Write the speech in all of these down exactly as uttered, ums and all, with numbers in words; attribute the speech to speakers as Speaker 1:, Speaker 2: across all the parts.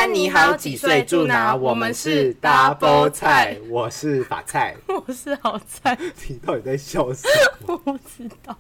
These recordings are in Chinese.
Speaker 1: 安你好，几岁住哪？我们是 Double 菜，我是法菜，
Speaker 2: 我是好菜。
Speaker 1: 你到底在笑什么？
Speaker 2: 我不知道。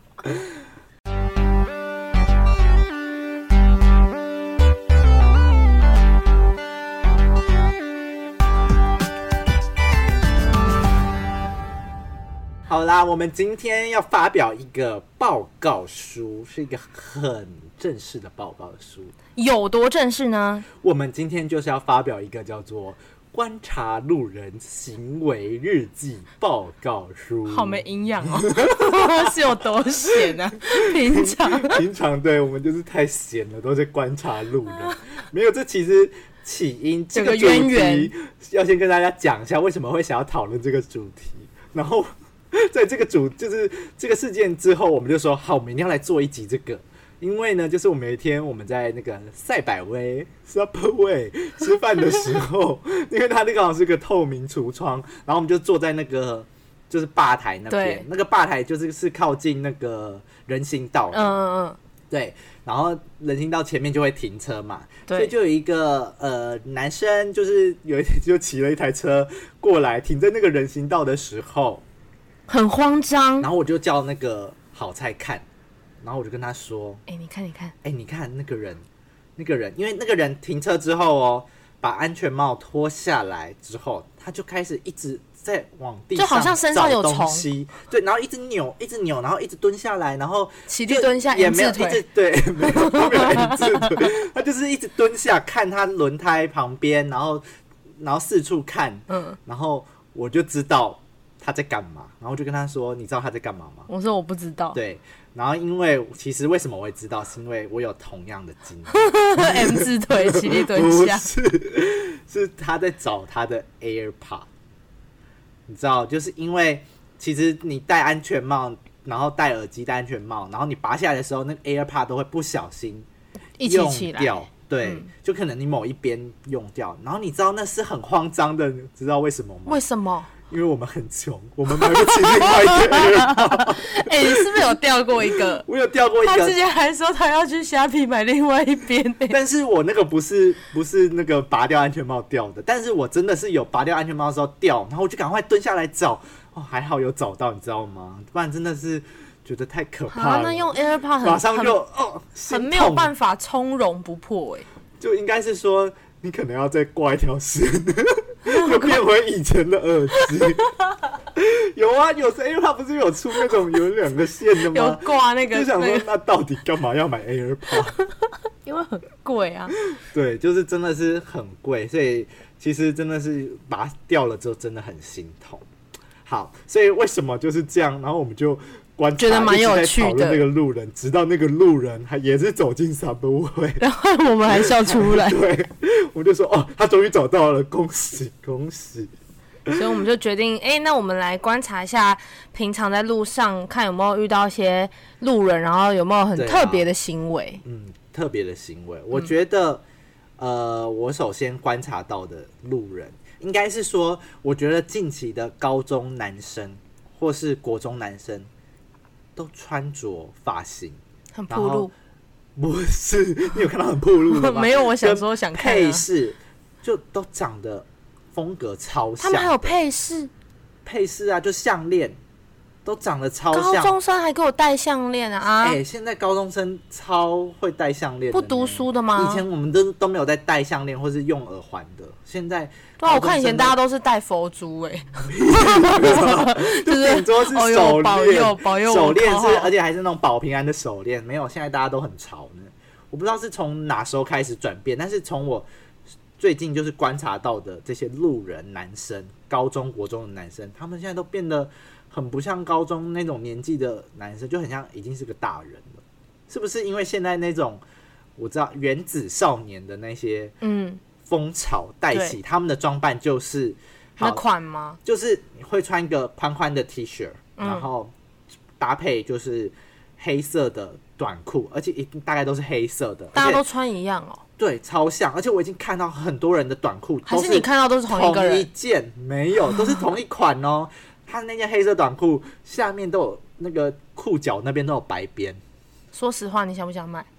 Speaker 1: 好啦，我们今天要发表一个报告书，是一个很正式的报告书。
Speaker 2: 有多正式呢？
Speaker 1: 我们今天就是要发表一个叫做观察路人行为日记报告书。
Speaker 2: 好没营养哦。是有多闲啊？平常
Speaker 1: 平常对我们就是太闲了，都在观察路人。没有，这其实起因这个主题要先跟大家讲一下为什么会想要讨论这个主题，然后在这个主就是这个事件之后，我们就说好，我们一定要来做一集这个。因为呢，就是我们有一天我们在那个赛百威 Subway 吃饭的时候，因为它那个好像是个透明橱窗，然后我们就坐在那个就是吧台那边，那个吧台就是是靠近那个人行道的，嗯嗯嗯，对，然后人行道前面就会停车嘛，所以就有一个呃男生，就是有一天就骑了一台车过来，停在那个人行道的时候，
Speaker 2: 很慌张，
Speaker 1: 然后我就叫那个好菜看。然后我就跟他说：“
Speaker 2: 哎、欸，你看，你看，
Speaker 1: 哎、欸，你看那个人，那个人，因为那个人停车之后哦，把安全帽脱下来之后，他就开始一直在往地上
Speaker 2: 就好像身上有虫，
Speaker 1: 对，然后一直扭，一直扭，然后一直蹲下来，然后
Speaker 2: 起立蹲下，
Speaker 1: 也没有一直对，没有他没有 M 字腿，他就是一直蹲下看他轮胎旁边，然后然后四处看，嗯，然后我就知道他在干嘛，然后我就跟他说：你知道他在干嘛吗？
Speaker 2: 我说我不知道，
Speaker 1: 对。”然后，因为其实为什么我会知道，是因为我有同样的经历。
Speaker 2: M 字腿起立蹲下，
Speaker 1: 不是，是他在找他的 AirPod。你知道，就是因为其实你戴安全帽，然后戴耳机、戴安全帽，然后你拔下来的时候，那个 AirPod 都会不小心用掉。对、嗯，就可能你某一边用掉，然后你知道那是很慌张的，你知道为什么吗？
Speaker 2: 为什么？
Speaker 1: 因为我们很穷，我们买不起另外一个 AirPod。
Speaker 2: 哎、欸，你是不是有掉过一个？
Speaker 1: 我有掉过一个。
Speaker 2: 他之前还说他要去虾皮买另外一边、欸，
Speaker 1: 但是我那个不是不是那个拔掉安全帽掉的，但是我真的是有拔掉安全帽的时候掉，然后我就赶快蹲下来找，哦，还好有找到，你知道吗？不然真的是觉得太可怕了。
Speaker 2: 啊、那用 AirPod 很
Speaker 1: 马上就哦，
Speaker 2: 很没有办法从容不迫哎、欸，
Speaker 1: 就应该是说你可能要再挂一条线。就变回以前的耳机。有啊，有时 AirPod 不是有出那种有两个线的吗？
Speaker 2: 有挂那个，
Speaker 1: 就想说那到底干嘛要买 AirPod？
Speaker 2: 因为很贵啊。
Speaker 1: 对，就是真的是很贵，所以其实真的是把它掉了之后真的很心痛。好，所以为什么就是这样？然后我们就观察，
Speaker 2: 觉得蛮有趣的，
Speaker 1: 讨论那个路人，直到那个路人还也是走进 Subway，
Speaker 2: 然后我们还笑出来。
Speaker 1: 对，我们就说哦，他终于找到了，恭喜恭喜！
Speaker 2: 所以我们就决定，哎、欸，那我们来观察一下，平常在路上看有没有遇到一些路人，然后有没有很特别的行为。
Speaker 1: 啊、嗯，特别的行为，我觉得，嗯、呃，我首先观察到的路人，应该是说，我觉得近期的高中男生或是国中男生。都穿着发型
Speaker 2: 很暴露，
Speaker 1: 不是？你有看到很暴露的吗？
Speaker 2: 没有，我想说想看、啊、
Speaker 1: 配饰就都长得风格超像。
Speaker 2: 他们还有配饰，
Speaker 1: 配饰啊，就项链都长得超像。
Speaker 2: 高中生还给我戴项链啊！
Speaker 1: 哎、欸，现在高中生超会戴项链，
Speaker 2: 不读书的吗？
Speaker 1: 以前我们都都没有在戴项链或是用耳环的，现在。
Speaker 2: 对啊，我看以前大家都是戴佛珠哎、
Speaker 1: 欸，就是顶多是手链，
Speaker 2: 保佑保佑
Speaker 1: 手链是，而且还是那种保平安的手链。没有，现在大家都很潮呢。我不知道是从哪时候开始转变，但是从我最近就是观察到的这些路人男生，高中国中的男生，他们现在都变得很不像高中那种年纪的男生，就很像已经是个大人了。是不是因为现在那种我知道原子少年的那些嗯。风潮带起他们的装扮就是
Speaker 2: 那款吗？
Speaker 1: 就是会穿一个宽宽的 T 恤、嗯，然后搭配就是黑色的短裤，而且大概都是黑色的，
Speaker 2: 大家都穿一样哦。
Speaker 1: 对，超像，而且我已经看到很多人的短裤，
Speaker 2: 还是你看到都是同一个人？
Speaker 1: 同一件没有，都是同一款哦。他那件黑色短裤下面都有那个裤脚那边都有白边。
Speaker 2: 说实话，你想不想买？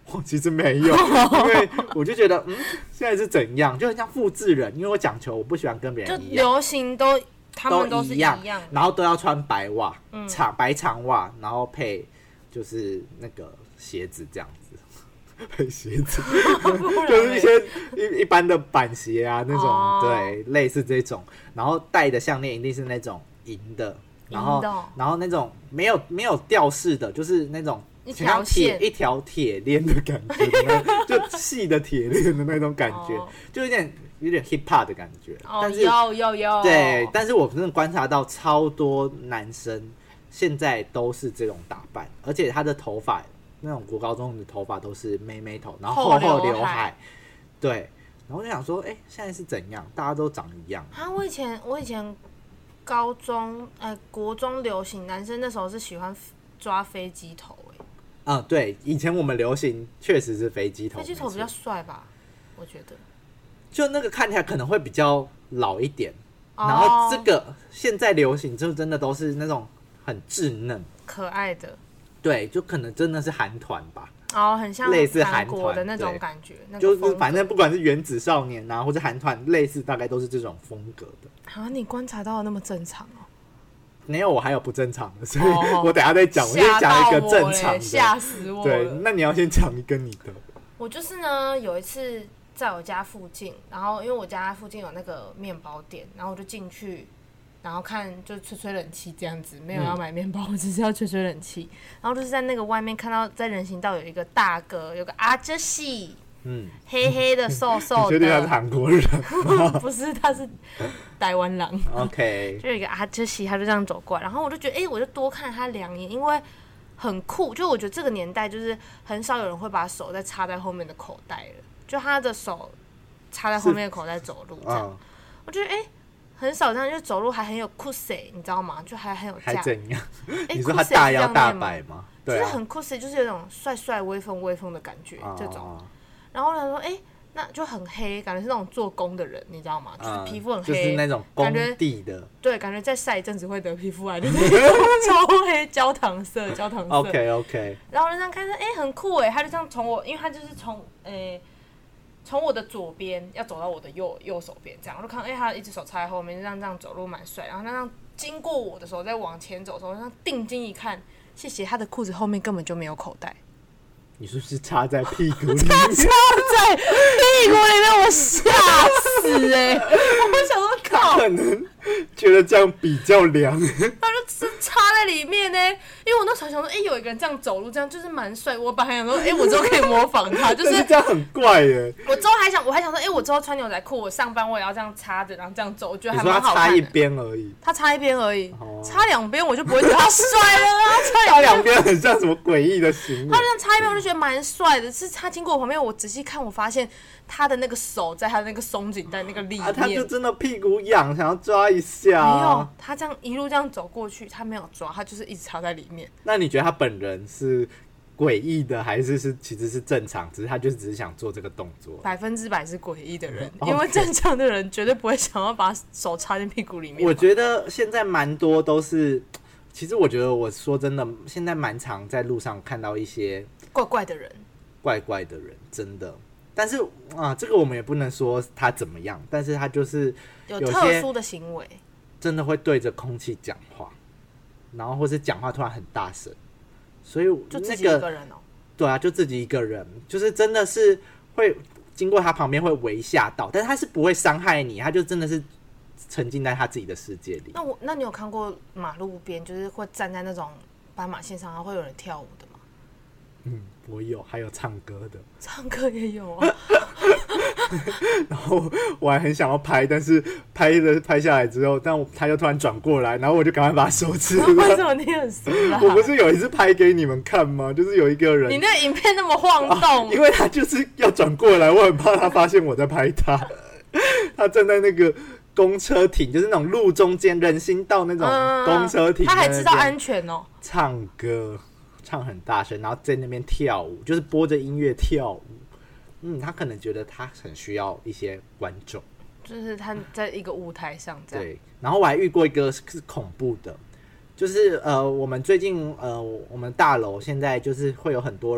Speaker 1: 我其实没有，因为我就觉得，嗯，现在是怎样，就很像复制人，因为我讲求我不喜欢跟别人一样，
Speaker 2: 就流行都他们都是一样，
Speaker 1: 然后都要穿白袜，嗯、长白长袜，然后配就是那个鞋子这样子，配鞋子就是一些一一般的板鞋啊那种，哦、对，类似这种，然后戴的项链一定是那种银的，然后然后那种没有没有吊饰的，就是那种。
Speaker 2: 一条线，
Speaker 1: 一条铁链的感觉，就细的铁链的那种感觉，哦、就有点有点 hip hop 的感觉。
Speaker 2: 哦，但是有有有。
Speaker 1: 对，但是我真的观察到超多男生现在都是这种打扮，而且他的头发那种国高中的头发都是妹妹头，然后厚厚刘海。对，然后我就想说，哎、欸，现在是怎样？大家都长一样。
Speaker 2: 啊，我以前我以前高中呃国中流行，男生那时候是喜欢抓飞机头、欸。
Speaker 1: 嗯，对，以前我们流行确实是飞机头，
Speaker 2: 飞机头比较帅吧，我觉得。
Speaker 1: 就那个看起来可能会比较老一点，哦、然后这个现在流行就真的都是那种很稚嫩、
Speaker 2: 可爱的。
Speaker 1: 对，就可能真的是韩团吧。
Speaker 2: 哦，很像
Speaker 1: 类似韩团
Speaker 2: 的那种感觉，那
Speaker 1: 就是反正不管是原子少年啊，或者韩团，类似大概都是这种风格的。
Speaker 2: 啊，你观察到的那么正常哦？
Speaker 1: 没有，我还有不正常的，所以我等一下再讲。我先讲一个正常的，
Speaker 2: 吓死我了。
Speaker 1: 对，那你要先讲一个你的。
Speaker 2: 我就是呢，有一次在我家附近，然后因为我家附近有那个面包店，然后我就进去，然后看就吹吹冷气这样子，没有要买面包，我、嗯、只是要吹吹冷气。然后就是在那个外面看到，在人行道有一个大哥，有个阿哲西。嗯，黑黑的瘦瘦的，
Speaker 1: 你确定他是韩国人吗？
Speaker 2: 不是，他是台湾人。
Speaker 1: OK，
Speaker 2: 就有一个阿哲西，他就这样走过来，然后我就觉得，哎、欸，我就多看他两眼，因为很酷。就我觉得这个年代，就是很少有人会把手再插在后面的口袋了，就他的手插在后面的口袋走路这样。哦、我觉得，哎、欸，很少这样，就走路还很有酷塞，你知道吗？就还很有架。
Speaker 1: 还怎样？
Speaker 2: 欸、
Speaker 1: 你说他大摇大摆吗？
Speaker 2: 对、啊，就是很酷塞，就是有种帅帅、威风威风的感觉，哦、这种。然后我想说，哎、欸，那就很黑，感觉是那种做工的人，你知道吗？就是皮肤很黑，
Speaker 1: 就是那种工地的。
Speaker 2: 对，感觉再晒一阵子会得皮肤癌的那种超黑焦糖色，焦糖色。
Speaker 1: OK OK。
Speaker 2: 然后我就这样看着，哎、欸，很酷哎，他就这样从我，因为他就是从，哎、欸，从我的左边要走到我的右右手边，这样我就看，哎、欸，他一只手插在后面，就这样这样走路蛮帅。然后他这样经过我的时候，再往前走的时候，这样定睛一看，谢谢，他的裤子后面根本就没有口袋。
Speaker 1: 你是不是插在屁股里面？
Speaker 2: 插在屁股里面，我吓死哎、欸！我想说靠，
Speaker 1: 可能觉得这样比较凉。
Speaker 2: 他就插在里面呢、欸，因为我那时候想说，哎、欸，有一个人这样走路，这样就是蛮帅。我本来想说，哎、欸，我之后可以模仿他，就是
Speaker 1: 但是这样很怪耶、
Speaker 2: 欸。我之后还想，我还想说，哎、欸，我之后穿牛仔裤，我上班我也要这样插着，然后这样走，我觉得还蛮好看的。
Speaker 1: 你说他插一边而已，
Speaker 2: 他插一边而已，哦、插两边我就不会觉得他帅了啊。
Speaker 1: 插两边很像什么诡异的行为。
Speaker 2: 他这样插一边，我就觉得蛮帅的。是他经过我旁边，我仔细看，我发现他的那个手在他的那个松紧带那个里面、啊，
Speaker 1: 他就真的屁股痒，想要抓一下。
Speaker 2: 没有，他这样一路这样走过去，他没有抓，他就是一直插在里面。
Speaker 1: 那你觉得他本人是诡异的，还是是其实是正常？只是他就只是想做这个动作。
Speaker 2: 百分之百是诡异的人，因为正常的人绝对不会想要把手插进屁股里面。
Speaker 1: 我觉得现在蛮多都是。其实我觉得，我说真的，现在蛮常在路上看到一些
Speaker 2: 怪怪的人，
Speaker 1: 怪怪的人，真的。但是啊，这个我们也不能说他怎么样，但是他就是
Speaker 2: 有特殊的行为，
Speaker 1: 真的会对着空气讲话，然后或是讲话突然很大声，所以、那個、
Speaker 2: 就自己一个人哦。
Speaker 1: 对啊，就自己一个人，就是真的是会经过他旁边会微吓到，但是他是不会伤害你，他就真的是。沉浸在他自己的世界里。
Speaker 2: 那我，那你有看过马路边，就是会站在那种斑马线上，然后会有人跳舞的吗？
Speaker 1: 嗯，我有，还有唱歌的，
Speaker 2: 唱歌也有啊。
Speaker 1: 然后我还很想要拍，但是拍的拍下来之后，但我他又突然转过来，然后我就赶快把它收起了。
Speaker 2: 为什么你很熟啦？
Speaker 1: 我不是有一次拍给你们看吗？就是有一个人，
Speaker 2: 你那个影片那么晃动、
Speaker 1: 啊，因为他就是要转过来，我很怕他发现我在拍他。他站在那个。公车亭就是那种路中间人行道那种公车亭、嗯，
Speaker 2: 他还知道安全哦。
Speaker 1: 唱歌唱很大声，然后在那边跳舞，就是播着音乐跳舞。嗯，他可能觉得他很需要一些观众，
Speaker 2: 就是他在一个舞台上这样。
Speaker 1: 对，然后我还遇过一个是恐怖的，就是呃，我们最近呃，我们大楼现在就是会有很多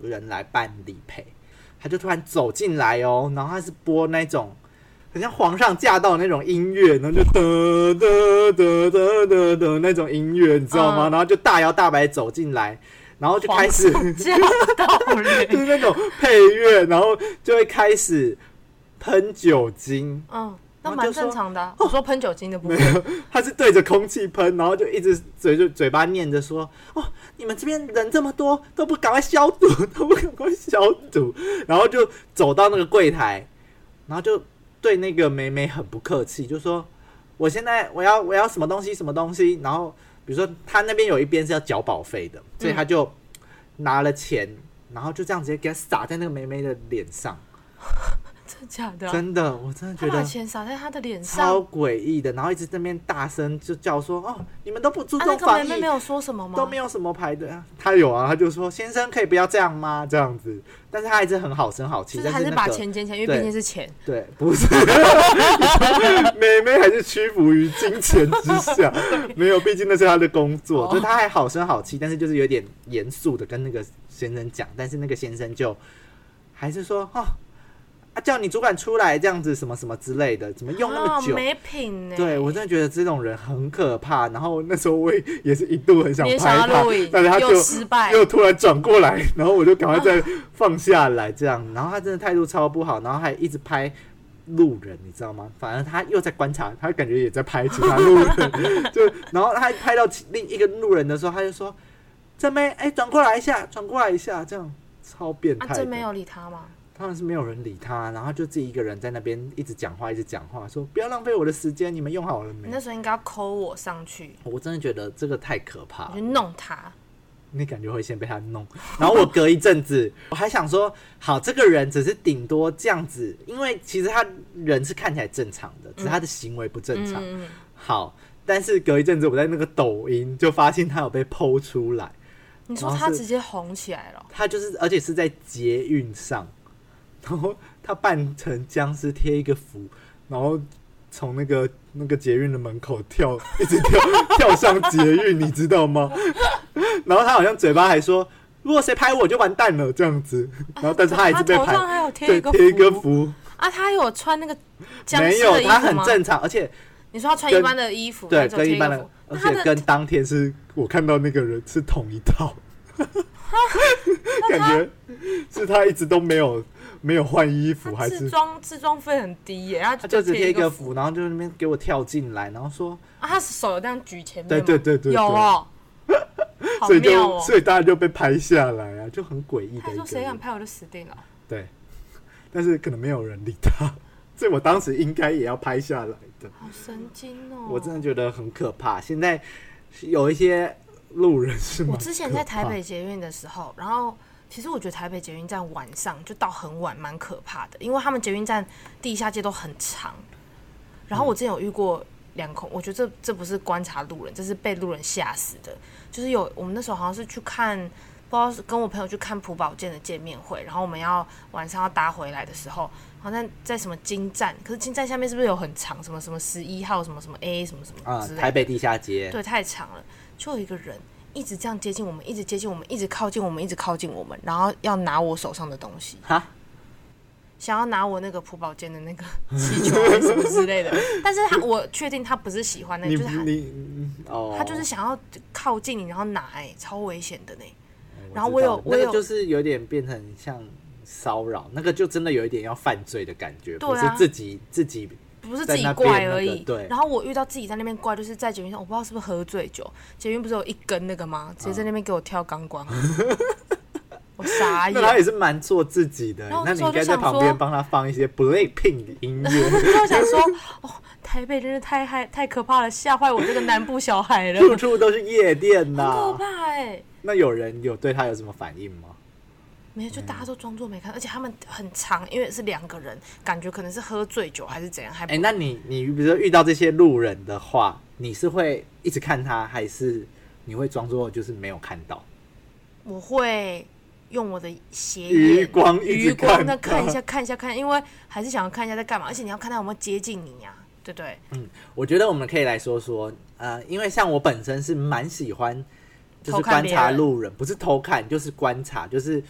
Speaker 1: 人来办理赔，他就突然走进来哦，然后他是播那种很像皇上驾到那种音乐，然后就哒哒哒哒哒哒那种音乐，你知道吗？嗯、然后就大摇大摆走进来，然后就开始
Speaker 2: 驾到
Speaker 1: 就是那种配乐，然后就会开始喷酒精。
Speaker 2: 嗯。那蛮正常的、啊。我说喷酒精的部分，
Speaker 1: 没有，他是对着空气喷，然后就一直嘴就嘴巴念着说：“哦，你们这边人这么多，都不赶快消毒，都不赶快消毒。”然后就走到那个柜台，然后就对那个妹妹很不客气，就说：“我现在我要我要什么东西什么东西。”然后比如说他那边有一边是要缴保费的，所以他就拿了钱，然后就这样直接给他撒在那个妹妹的脸上。
Speaker 2: 真的假的、啊？
Speaker 1: 真的，我真的觉得
Speaker 2: 他把钱撒在他的脸上，
Speaker 1: 超诡异的。然后一直在那边大声就叫说：“哦，你们都不注重防疫。”啊，
Speaker 2: 那个妹妹没有说什么吗？
Speaker 1: 都没有什么排队啊。他有啊，他就说：“先生可以不要这样吗？”这样子，但是他还是很好声好气，
Speaker 2: 就是还是把钱捡起来，因为毕竟是钱。
Speaker 1: 对，不是，妹妹还是屈服于金钱之下，没有，毕竟那是他的工作，所以他还好声好气，但是就是有点严肃的跟那个先生讲，但是那个先生就还是说：“哦。”啊，叫你主管出来这样子什么什么之类的，怎么用那么久？
Speaker 2: 啊、没品呢。
Speaker 1: 对，我真的觉得这种人很可怕。然后那时候我也是一度很想拍他，但是他就
Speaker 2: 又失败，
Speaker 1: 又突然转过来，然后我就赶快再放下来这样。然后他真的态度超不好，然后还一直拍路人，你知道吗？反正他又在观察，他感觉也在拍其他路人。就然后他拍到另一个路人的时候，他就说：“这妹，哎，转过来一下，转过来一下。”这样超变态的。
Speaker 2: 啊，这没有理他吗？
Speaker 1: 当然是没有人理他，然后就自己一个人在那边一直讲话，一直讲话，说不要浪费我的时间，你们用好了没？
Speaker 2: 你那时候应该要call我上去。
Speaker 1: 我真的觉得这个太可怕了，
Speaker 2: 我就弄他。
Speaker 1: 你感觉会先被他弄，然后我隔一阵子，我还想说，好，这个人只是顶多这样子，因为其实他人是看起来正常的，只是他的行为不正常。嗯、好，但是隔一阵子，我在那个抖音就发现他有被 po 出来。
Speaker 2: 你说他直接红起来了？
Speaker 1: 他就是，而且是在捷运上。然后他扮成僵尸，贴一个符，然后从那个那个捷运的门口跳，一直跳跳上捷运，你知道吗？然后他好像嘴巴还说，如果谁拍我就完蛋了这样子。然后但是他还是被拍，
Speaker 2: 他头上还有贴一个符，
Speaker 1: 贴一个符
Speaker 2: 啊，他有穿那个僵尸的衣服吗？
Speaker 1: 没有，他很正常，而且
Speaker 2: 你说他穿一般的衣服，
Speaker 1: 对，跟一般的，而且跟当天是我看到那个人是同一套，感觉是他一直都没有。没有换衣服，还是
Speaker 2: 自装自装费很低耶，他
Speaker 1: 就, 他就只贴一个符，然后就那边给我跳进来，然后说
Speaker 2: 啊，他手有这样举前面吗？
Speaker 1: 对对对 对, 对，
Speaker 2: 有哦，好
Speaker 1: 所以
Speaker 2: 妙哦，
Speaker 1: 所以大家就被拍下来啊，就很诡异的一个人。
Speaker 2: 他说谁敢拍我就死定了。
Speaker 1: 对，但是可能没有人理他，所以我当时应该也要拍下来的。
Speaker 2: 好神经哦！
Speaker 1: 我真的觉得很可怕。现在有一些路人是蛮可怕，
Speaker 2: 我之前在台北捷运的时候，然后。其实我觉得台北捷运站晚上就到很晚，蛮可怕的，因为他们捷运站地下街都很长。然后我之前有遇过两口，我觉得这这不是观察路人，这是被路人吓死的。就是有我们那时候好像是去看，不知道是跟我朋友去看朴宝剑的见面会，然后我们要晚上要搭回来的时候，好像在什么金站，可是金站下面是不是有很长，什么什么十一号，什么什么 A 什么什么之类的、
Speaker 1: 嗯、台北地下街，
Speaker 2: 对，太长了，就有一个人。一直这样接近我们，一直接近我们，一直靠近我们，一直靠近我们，然后要拿我手上的东西，哈，想要拿我那个朴宝剑的那个气球还是什么之类的。但是他，我确定他不是喜欢那個，就是他，哦，他就是想要靠近你，然后拿、欸，哎，超危险的呢、欸。然后我有，我有，
Speaker 1: 那个就是有点变成像骚扰，那个就真的有一点要犯罪的感觉，
Speaker 2: 对啊、
Speaker 1: 不是自己自己。
Speaker 2: 不是自己怪而已、
Speaker 1: 那個，对。
Speaker 2: 然后我遇到自己在那边怪，就是在捷运上，我不知道是不是喝醉酒，捷运不是有一根那个吗？直接在那边给我跳钢管，嗯、我傻眼。
Speaker 1: 那他也是蛮做自己的，那你应该在旁边帮他放一些 Blackpink 的音乐。
Speaker 2: 我想说，哦，台北真是太害太可怕了，吓坏我这个南部小孩了。
Speaker 1: 处处都是夜店呐、
Speaker 2: 啊，很可怕哎、欸。
Speaker 1: 那有人有对他有什么反应吗？
Speaker 2: 没有，就大家都装作没看、嗯，而且他们很长，因为是两个人，感觉可能是喝醉酒还是怎样，还哎、
Speaker 1: 欸，那你你比如说遇到这些路人的话，你是会一直看他，还是你会装作就是没有看到？
Speaker 2: 我会用我的斜眼
Speaker 1: 余光
Speaker 2: 余光的看一下看一下看，因为还是想要看一下在干嘛，而且你要看他有没有接近你呀、啊，对不对？
Speaker 1: 嗯，我觉得我们可以来说说，呃，因为像我本身是蛮喜欢，就是观察路人，不是偷看，就是观察，就是。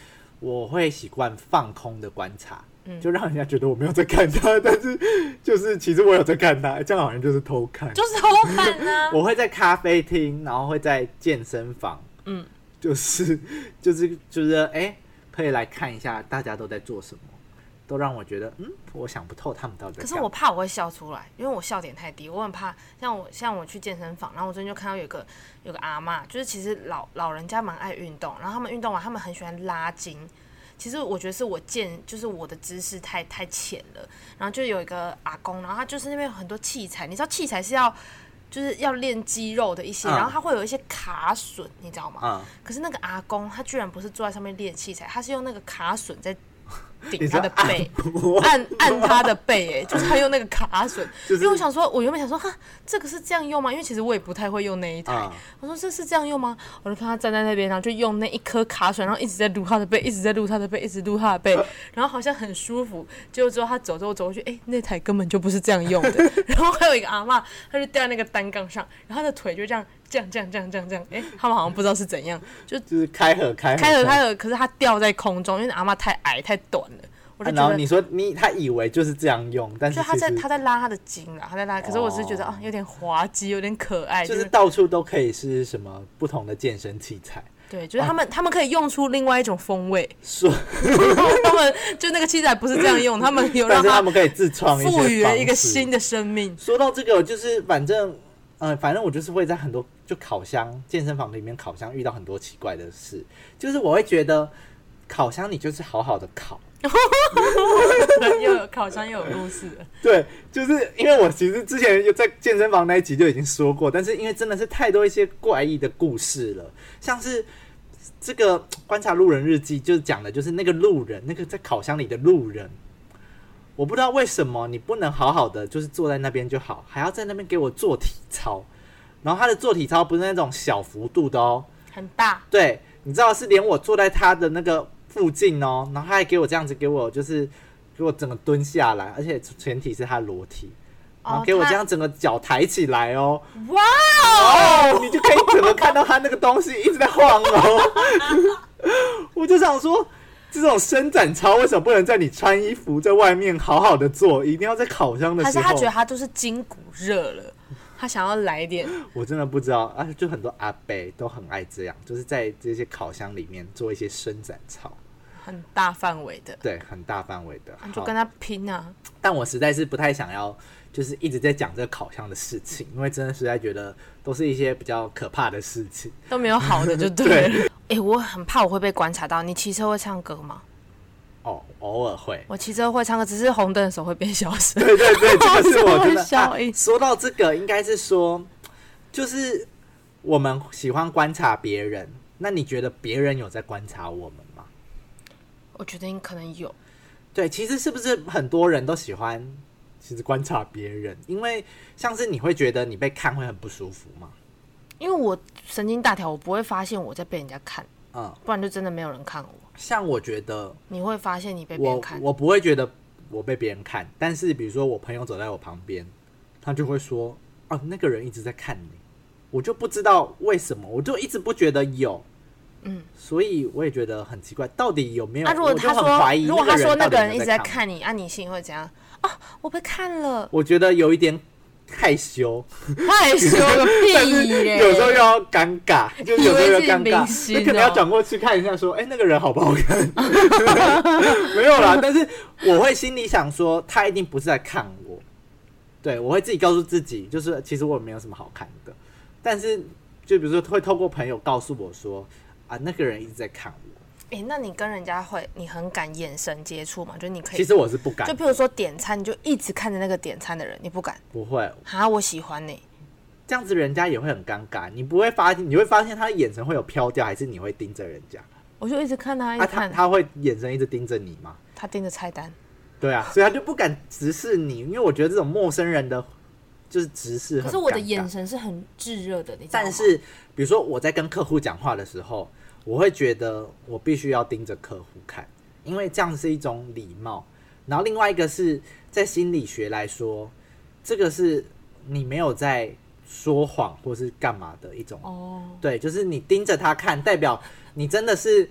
Speaker 1: 我会习惯放空的观察。嗯、就让人家觉得我没有在看他，但是就是其实我有在看他，这样好像就是偷看，
Speaker 2: 就是偷看啊。
Speaker 1: 我会在咖啡厅，然后会在健身房，嗯，就是就是就是哎、欸，可以来看一下大家都在做什么，都让我觉得嗯，我想不透他们到底在干嘛。
Speaker 2: 可是我怕我会笑出来，因为我笑点太低，我很怕。像我像我去健身房，然后我最近就看到有个有个阿嬷，就是其实老老人家蛮爱运动，然后他们运动完，他们很喜欢拉筋。其实我觉得是我健，就是我的知识太太浅了。然后就有一个阿公，然后他就是那边有很多器材，你知道器材是要就是要练肌肉的一些，嗯、然后他会有一些卡榫，你知道吗？嗯、可是那个阿公他居然不是坐在上面练器材，他是用那个卡榫在顶他的背，按按他的背，哎，就是他用那个卡榫。就是、因为我想说，我原本想说，哈，这个是这样用吗？因为其实我也不太会用那一台。嗯、我说这是这样用吗？我就看他站在那边，然后就用那一颗卡榫，然后一直在撸他的背，一直在撸他的背，一直撸他的背，然后好像很舒服。结果之后他走之后走过去，哎，那台根本就不是这样用的。然后还有一个阿嬷，他就掉在那个单杠上，然后他的腿就这样。这样这样这样这样这样，哎，他们好像不知道是怎样，就
Speaker 1: 就是开合开合
Speaker 2: 开合开合，可是他掉在空中，因为阿嬷太矮太短了。我就觉得、
Speaker 1: 啊、然后你说你他以为就是这样用，但是
Speaker 2: 就他在他在拉他的筋啊，他在拉。可是我是觉得、哦、啊，有点滑稽，有点可爱，
Speaker 1: 就是到处都可以是什么不同的健身器材。
Speaker 2: 对，就是他们、啊、他们可以用出另外一种风味。
Speaker 1: 说
Speaker 2: 他们就那个器材不是这样用，他们有让
Speaker 1: 但是他们可以自创一些
Speaker 2: 赋予了一个新的生命。
Speaker 1: 说到这个，就是反正。嗯，反正我就是会在很多就烤箱健身房里面烤箱遇到很多奇怪的事，就是我会觉得烤箱你就是好好的烤，
Speaker 2: 又有烤箱又有故事了。
Speaker 1: 对，就是因为我其实之前在健身房那一集就已经说过，但是因为真的是太多一些怪异的故事了，像是这个观察路人日记就是讲的就是那个路人，那个在烤箱里的路人。我不知道为什么你不能好好的就是坐在那边就好，还要在那边给我做体操，然后他的做体操不是那种小幅度的哦，
Speaker 2: 很大。
Speaker 1: 对，你知道是连我坐在他的那个附近哦，然后他还给我这样子给我就是给我整个蹲下来，而且前提是他裸体，然后给我这样整个脚抬起来哦，
Speaker 2: 哇
Speaker 1: 哦，你就可以整个看到他那个东西一直在晃哦，我就想说。这种伸展操为什么不能在你穿衣服在外面好好的做，一定要在烤箱的时候？
Speaker 2: 还是他觉得他都是筋骨热了，他想要来一点？
Speaker 1: 我真的不知道啊，就很多阿伯都很爱这样，就是在这些烤箱里面做一些伸展操，
Speaker 2: 很大范围的，
Speaker 1: 对，很大范围的，
Speaker 2: 你就跟他拼啊！
Speaker 1: 但我实在是不太想要，就是一直在讲这个烤箱的事情，因为真的实在觉得都是一些比较可怕的事情，
Speaker 2: 都没有好的就对了。哎、欸，我很怕我会被观察到。你骑车会唱歌吗？
Speaker 1: 哦，偶尔会。
Speaker 2: 我骑车会唱歌，只是红灯的时候会变小声。
Speaker 1: 对对对，这个是我真的。
Speaker 2: 啊、
Speaker 1: 说到这个，应该是说，就是我们喜欢观察别人。那你觉得别人有在观察我们吗？
Speaker 2: 我觉得你可能有。
Speaker 1: 对，其实是不是很多人都喜欢，其实观察别人？因为像是你会觉得你被看会很不舒服吗？
Speaker 2: 因为我神经大条，我不会发现我在被人家看，嗯，不然就真的没有人看我。
Speaker 1: 像我觉得
Speaker 2: 你会发现你被别人看，
Speaker 1: 我我不会觉得我被别人看，但是比如说我朋友走在我旁边，他就会说：“哦，那个人一直在看你。”我就不知道为什么，我就一直不觉得有，嗯，所以我也觉得很奇怪，到底有没有？
Speaker 2: 啊，如果他说，如果他说那个人一直在看你，啊，你心里会怎样？啊，我被看了。
Speaker 1: 我觉得有一点。害羞，
Speaker 2: 害羞个屁耶！
Speaker 1: 有时候又要尴尬，就是有时候又尴尬，
Speaker 2: 你、
Speaker 1: 喔、可能要转过去看一下，说：“哎、欸，那个人好不好看？”没有啦，但是我会心里想说，他一定不是在看我。对，我会自己告诉自己，就是其实我没有什么好看的，但是就比如说会透过朋友告诉我说：“啊，那个人一直在看我。”
Speaker 2: 哎、欸，那你跟人家会，你很敢眼神接触吗？就你可以，
Speaker 1: 其实我是不敢。
Speaker 2: 就譬如说点餐，你就一直看着那个点餐的人，你不敢？
Speaker 1: 不会。
Speaker 2: 啊，我喜欢你、欸。
Speaker 1: 这样子人家也会很尴尬，你不会发现，你会发现他的眼神会有飘掉，还是你会盯着人家？
Speaker 2: 我就一直看他，一直看、
Speaker 1: 啊、他，他会眼神一直盯着你吗？
Speaker 2: 他盯着菜单。
Speaker 1: 对啊，所以他就不敢直视你，因为我觉得这种陌生人的就是直视很尴尬。
Speaker 2: 可是我的眼神是很炙热的，你知道吗？
Speaker 1: 但是比如说我在跟客户讲话的时候。我会觉得我必须要盯着客户看，因为这样是一种礼貌。然后另外一个是在心理学来说，这个是你没有在说谎或是干嘛的一种。哦，对，就是你盯着他看，代表你真的是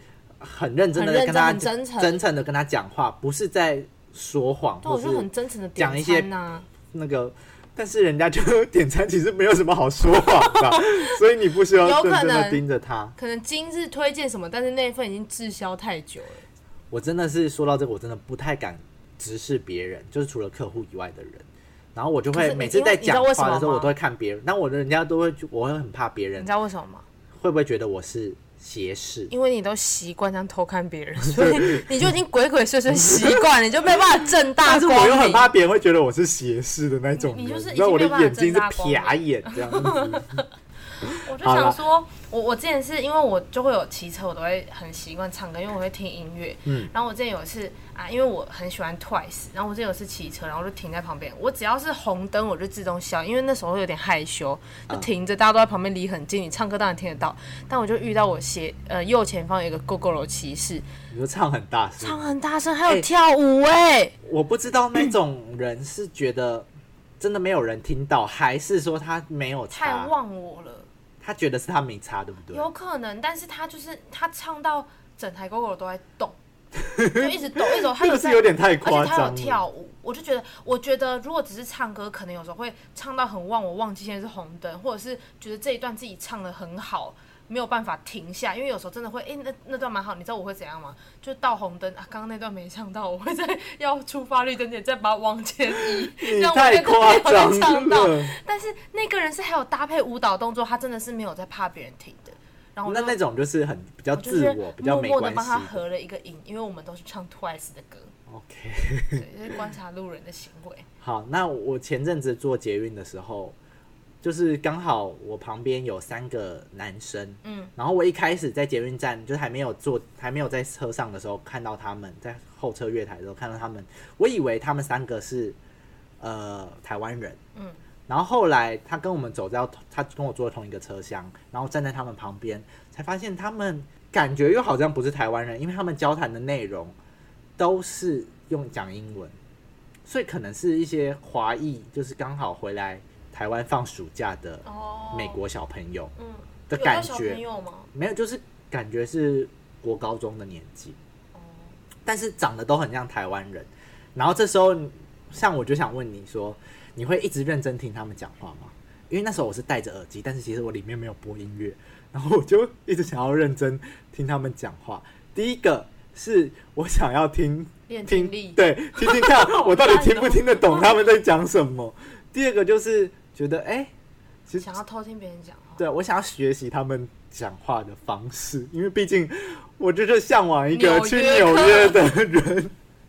Speaker 1: 很认真的跟他
Speaker 2: 真诚
Speaker 1: 真诚的跟他讲话，不是在说谎，
Speaker 2: 对，我就很真诚的点餐、啊、
Speaker 1: 讲一些那个，但是人家就点餐其实没有什么好说谎的，所以你不需要认真的盯着他。
Speaker 2: 可能今日推荐什么，但是那一份已经滞销太久了。
Speaker 1: 我真的是说到这个，我真的不太敢直视别人，就是除了客户以外的人。然后我就会每次在讲话的时候，我都会看别人，但我的人家都会，我会很怕别人。
Speaker 2: 你知道为什么吗？
Speaker 1: 会不会觉得我是斜视？
Speaker 2: 因为你都习惯这样偷看别人，所以你就已经鬼鬼祟祟习惯，你就没办法正大光明。
Speaker 1: 但是我又很怕别人会觉得我是斜视的那种人，
Speaker 2: 你, 你就是
Speaker 1: 你知道我的眼睛是瞟眼这样子。
Speaker 2: 我就想说，我我之前是因为我就会有骑车，我都会很习惯唱歌，因为我会听音乐。嗯。然后我之前有一次啊，因为我很喜欢 Twice， 然后我之前有一次骑车，然后我就停在旁边，我只要是红灯我就自动笑，因为那时候会有点害羞，就停着，大家都在旁边离很近，你唱歌当然听得到。但我就遇到我斜呃右前方有一个 Gogoro 骑士，
Speaker 1: 你说唱很大声，
Speaker 2: 唱很大声，还有跳舞哎、欸欸！
Speaker 1: 我不知道那种人是觉得真的没有人听到，还是说他没有差，
Speaker 2: 太忘我了。
Speaker 1: 他觉得是他没差，对不对？
Speaker 2: 有可能，但是他就是他唱到整台 GoGo 都在动，就一直抖，一直抖。他有
Speaker 1: 是有点太夸张了，
Speaker 2: 而且他有跳舞，我就觉得，我觉得如果只是唱歌，可能有时候会唱到很忘，我忘记现在是红灯，或者是觉得这一段自己唱得很好，没有办法停下，因为有时候真的会，哎、欸，那那段蛮好，你知道我会怎样吗？就到红灯啊，刚刚那段没唱到，我会再要出发绿灯点再把它往前移，
Speaker 1: 你太夸张了。
Speaker 2: 但是那个人是还有搭配舞蹈动作，他真的是没有在怕别人停的。然后
Speaker 1: 那那种就是很比较自我，我比较没关系。
Speaker 2: 默默的帮他合了一个影，因为我们都是唱 Twice 的歌。
Speaker 1: OK，
Speaker 2: 对，就是观察路人的行为。
Speaker 1: 好，那我前阵子坐捷运的时候。就是刚好我旁边有三个男生，嗯，然后我一开始在捷运站，就是还没有坐，还没有在车上的时候，看到他们在后车月台的时候看到他们，我以为他们三个是呃台湾人，嗯，然后后来他跟我们走到，他跟我坐同一个车厢，然后站在他们旁边，才发现他们感觉又好像不是台湾人，因为他们交谈的内容都是用讲英文，所以可能是一些华裔，就是刚好回来。台湾放暑假的美国小朋友的感觉，
Speaker 2: 有小朋友吗？
Speaker 1: 没有，就是感觉是国高中的年纪，但是长得都很像台湾人。然后这时候，像我就想问你说，你会一直认真听他们讲话吗？因为那时候我是戴着耳机，但是其实我里面没有播音乐，然后我就一直想要认真听他们讲话。第一个是我想要听
Speaker 2: 练听力，
Speaker 1: 对，听听看我到底听不听得懂他们在讲什么。第二个就是觉得，哎、欸，其实
Speaker 2: 想要偷听别人讲话，
Speaker 1: 对，我想要学习他们讲话的方式，因为毕竟我就是向往一个去纽约的人。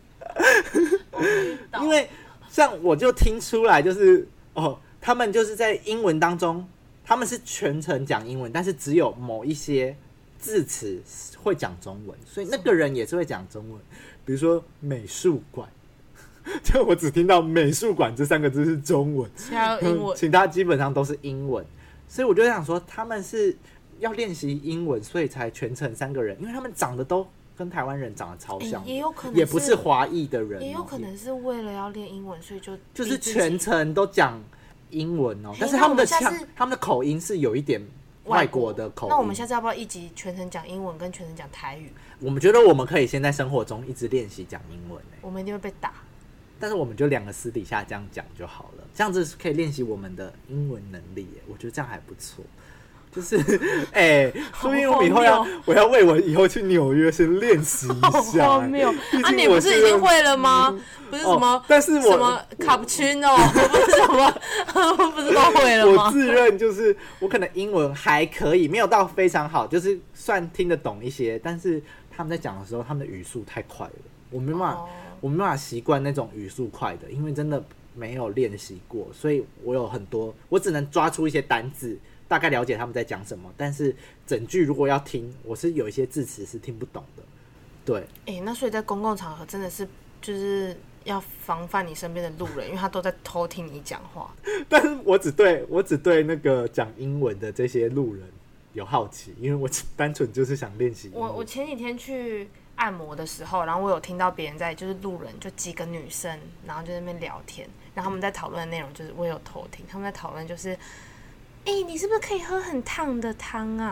Speaker 1: 因为像我就听出来，就是哦，他们就是在英文当中，他们是全程讲英文，但是只有某一些字词会讲中文，所以那个人也是会讲中文。比如说美术馆。就我只听到美术馆这三个字是中文，
Speaker 2: 其他英文，
Speaker 1: 其他基本上都是英文，所以我就想说他们是要练习英文，所以才全程三个人，因为他们长得都跟台湾人长得超像、
Speaker 2: 欸，也有可能
Speaker 1: 也不是华裔的人、喔，
Speaker 2: 也有可能是为了要练英文，所以就
Speaker 1: 就是全程都讲英文哦、喔，但是他们的腔、他们的口音是有一点外国的口音。
Speaker 2: 那我们下次要不要一集全程讲英文跟全程讲台语？
Speaker 1: 我们觉得我们可以先在生活中一直练习讲英文、欸，
Speaker 2: 我们一定会被打。
Speaker 1: 但是我们就两个私底下这样讲就好了，这样子可以练习我们的英文能力耶，我觉得这样还不错。就是哎，说不定我以后要我要为我以后去纽约先练习一下。
Speaker 2: 好荒谬啊！你不是已经会了吗？嗯、不是什么、哦，
Speaker 1: 但是我
Speaker 2: 什么卡布奇诺，不是什么，不是都会了吗？
Speaker 1: 我自认就是我可能英文还可以，没有到非常好，就是算听得懂一些，但是他们在讲的时候，他们的语速太快了，我没办法。哦我没办法习惯那种语速快的，因为真的没有练习过，所以我有很多，我只能抓出一些单字，大概了解他们在讲什么。但是整句如果要听，我是有一些字词是听不懂的。对，
Speaker 2: 哎、欸，那所以在公共场合真的是就是要防范你身边的路人，因为他都在偷听你讲话。
Speaker 1: 但是我只对我只对那个讲英文的这些路人有好奇，因为我单纯就是想练习。
Speaker 2: 我我前几天去按摩的时候，然后我有听到别人在就是路人就几个女生，然后就在那边聊天，然后他们在讨论的内容就是我有偷听，他们在讨论就是，哎、欸，你是不是可以喝很烫的汤啊？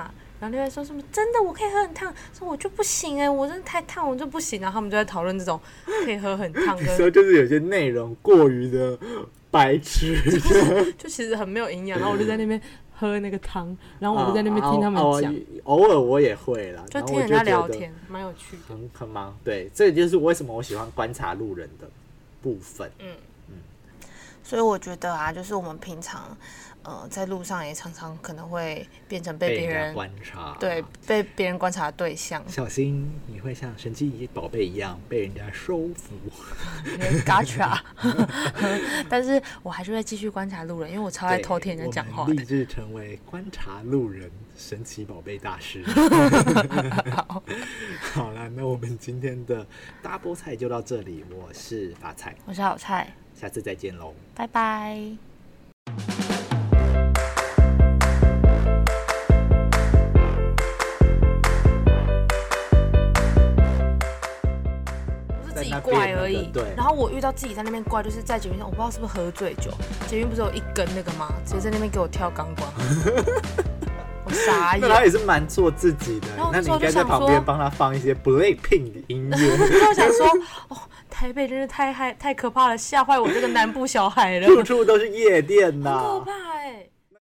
Speaker 2: 然后另外说什么真的我可以喝很烫，说我就不行哎、欸，我真的太烫我就不行，然后他们就在讨论这种可以喝很烫跟，
Speaker 1: 所以就是有些内容过于的白痴，
Speaker 2: 就其实很没有营养，然后我就在那边喝那个汤，然后我就在那边听他们讲、
Speaker 1: 啊啊，偶尔我也会啦，
Speaker 2: 就听人家聊天，蛮有趣的，
Speaker 1: 很很忙。对，这就是为什么我喜欢观察路人的部分。嗯
Speaker 2: 嗯，所以我觉得啊，就是我们平常。呃，在路上也常常可能会变成被别人, 人
Speaker 1: 观察，
Speaker 2: 对，被别人观察的对象。
Speaker 1: 小心你会像神奇宝贝一样被人家收服。
Speaker 2: Gotcha 但是我还是会继续观察路人，因为我超爱偷听人家讲话的。
Speaker 1: 立志成为观察路人神奇宝贝大师。
Speaker 2: 好，
Speaker 1: 好了，那我们今天的大菠菜就到这里。我是大菜，
Speaker 2: 我是好菜，
Speaker 1: 下次再见喽，
Speaker 2: 拜拜。自己怪而已，对。然后我遇到自己在那边怪，就是在捷运上，我不知道是不是喝醉酒，捷运不是有一根那个吗？直接在那边给我跳钢管，我傻眼。
Speaker 1: 那他也是蛮做自己的，那你应该在旁边帮他放一些 Blackpink 的音乐。
Speaker 2: 我想说，哦，台北真是太害太可怕了，吓坏我这个南部小孩了。
Speaker 1: 处处都是夜店呐、啊，
Speaker 2: 很可怕哎、欸。